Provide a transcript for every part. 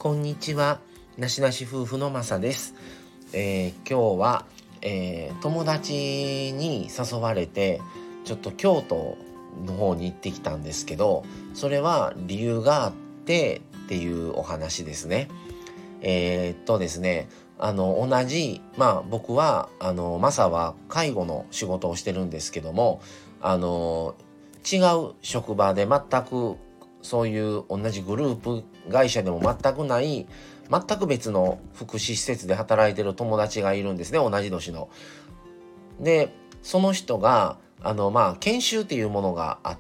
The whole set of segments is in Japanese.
こんにちは。なしなし夫婦のまさです。今日は、友達に誘われてちょっと京都の方に行ってきたんですけど、それは理由があってっていうお話ですね。ですね、同じ、僕はマサは介護の仕事をしてるんですけども、違う職場で全くそういう同じグループ会社でも全くない全く別の福祉施設で働いてる友達がいるんですね、同じ年の。でその人が研修っていうものがあって、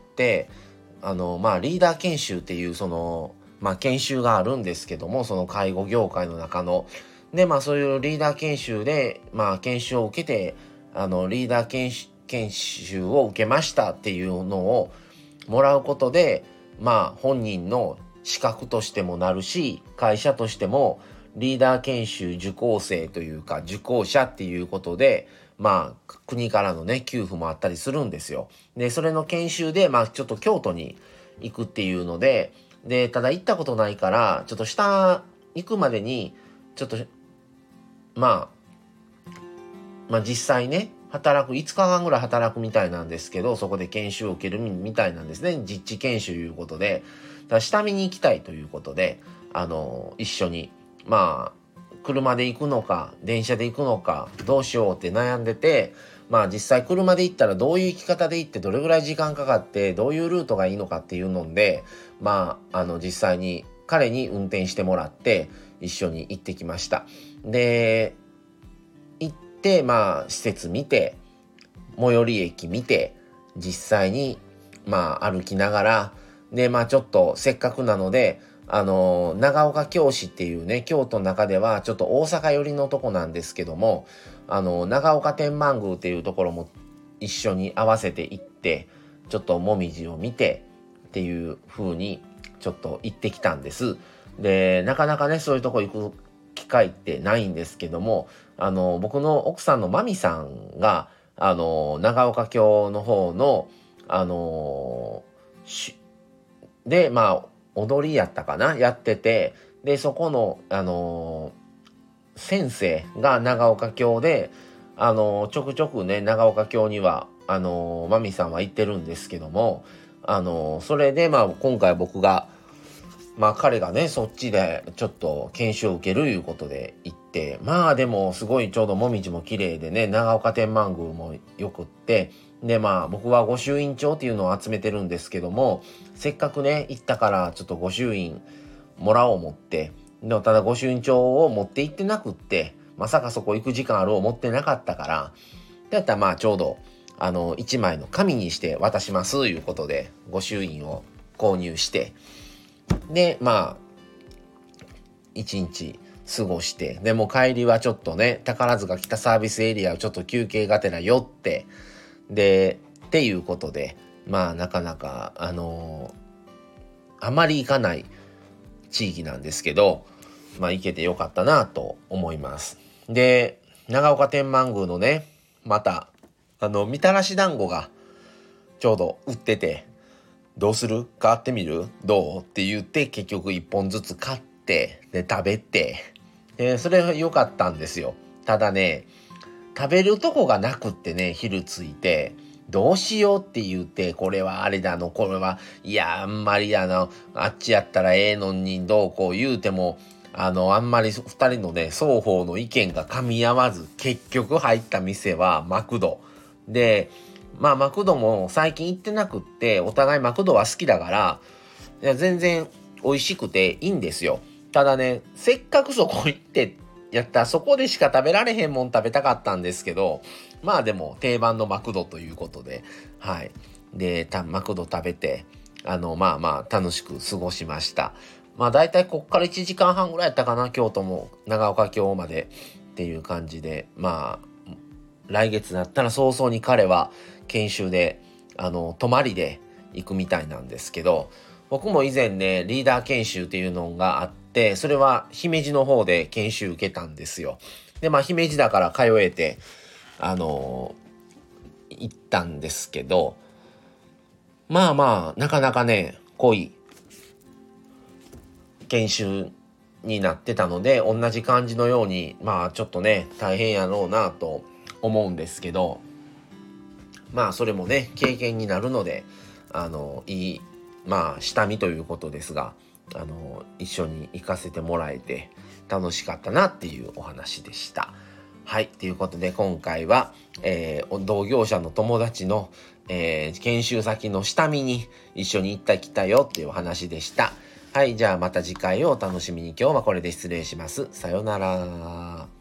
リーダー研修っていう研修があるんですけども、その介護業界の中のそういうリーダー研修で研修を受けてリーダー研修を受けましたっていうのをもらうことで、本人の資格としてもなるし、会社としてもリーダー研修受講生というか受講者っていうことで、国からのね給付もあったりするんですよ。でそれの研修でちょっと京都に行くっていうので、ただ行ったことないからちょっと下行くまでにちょっと実際ね働く5日間ぐらい働くみたいなんですけど、そこで研修を受けるみたいなんですね。実地研修ということで、だから下見に行きたいということで一緒に車で行くのか電車で行くのかどうしようって悩んでて、実際車で行ったらどういう行き方で行ってどれぐらい時間かかってどういうルートがいいのかっていうので、実際に彼に運転してもらって一緒に行ってきました。で行って施設見て最寄り駅見て実際に歩きながらちょっとせっかくなので長岡京市っていうね、京都の中ではちょっと大阪寄りのとこなんですけども、長岡天満宮っていうところも一緒に合わせて行ってちょっともみじを見てっていう風にちょっと行ってきたんです。でなかなかねそういうとこ行く機会ってないんですけども、僕の奥さんのマミさんが長岡京の方ので踊りやったかなやってて、でそこの先生が長岡京でちょくちょくね長岡京にはマミさんは行ってるんですけども、それで今回僕が彼がねそっちでちょっと研修を受けるいうことで行って、でもすごいちょうどもみじも綺麗でね、長岡天満宮もよくって、で僕は御朱印帳っていうのを集めてるんですけども、せっかくね行ったからちょっと御朱印もらおう思って、でもただ御朱印帳を持って行ってなくって、まさかそこ行く時間ある思ってなかったから、だったらちょうど1枚の紙にして渡しますいうことで御朱印を購入して、で一日過ごして、でも帰りはちょっとね宝塚北サービスエリアをちょっと休憩がてら寄って、でっていうことでなかなかあまり行かない地域なんですけど、行けてよかったなと思います。で長岡天満宮のねまたみたらし団子がちょうど売ってて、どうする買ってみるどうって言って結局1本ずつ買ってで食べて、それは良かったんですよ。ただね食べるとこがなくってね、昼着いてどうしようって言って、これはあれだのこれはいやあんまりあっちやったらええのにどうこう言うてもあんまり2人のね双方の意見が噛み合わず、結局入った店はマクドで、マクドも最近行ってなくって、お互いマクドは好きだからいや全然美味しくていいんですよ。ただねせっかくそこ行ってやったらそこでしか食べられへんもん食べたかったんですけど、でも定番のマクドということで、はいでマクド食べて楽しく過ごしました。だいたいこっから1時間半ぐらいやったかな、京都も長岡京までっていう感じで、来月になったら早々に彼は研修で泊まりで行くみたいなんですけど、僕も以前ねリーダー研修っていうのがあって、それは姫路の方で研修受けたんですよ。で姫路だから通えて行ったんですけど、なかなかね濃い研修になってたので、同じ感じのようにまあちょっとね大変やろうなと思うんですけど、まあそれもね経験になるのでいいまあ下見ということですが、一緒に行かせてもらえて楽しかったなっていうお話でした。はい、ということで今回は、同業者の友達の、研修先の下見に一緒に行ってきたよっていうお話でした。はい、じゃあまた次回をお楽しみに。今日はこれで失礼します。さようなら。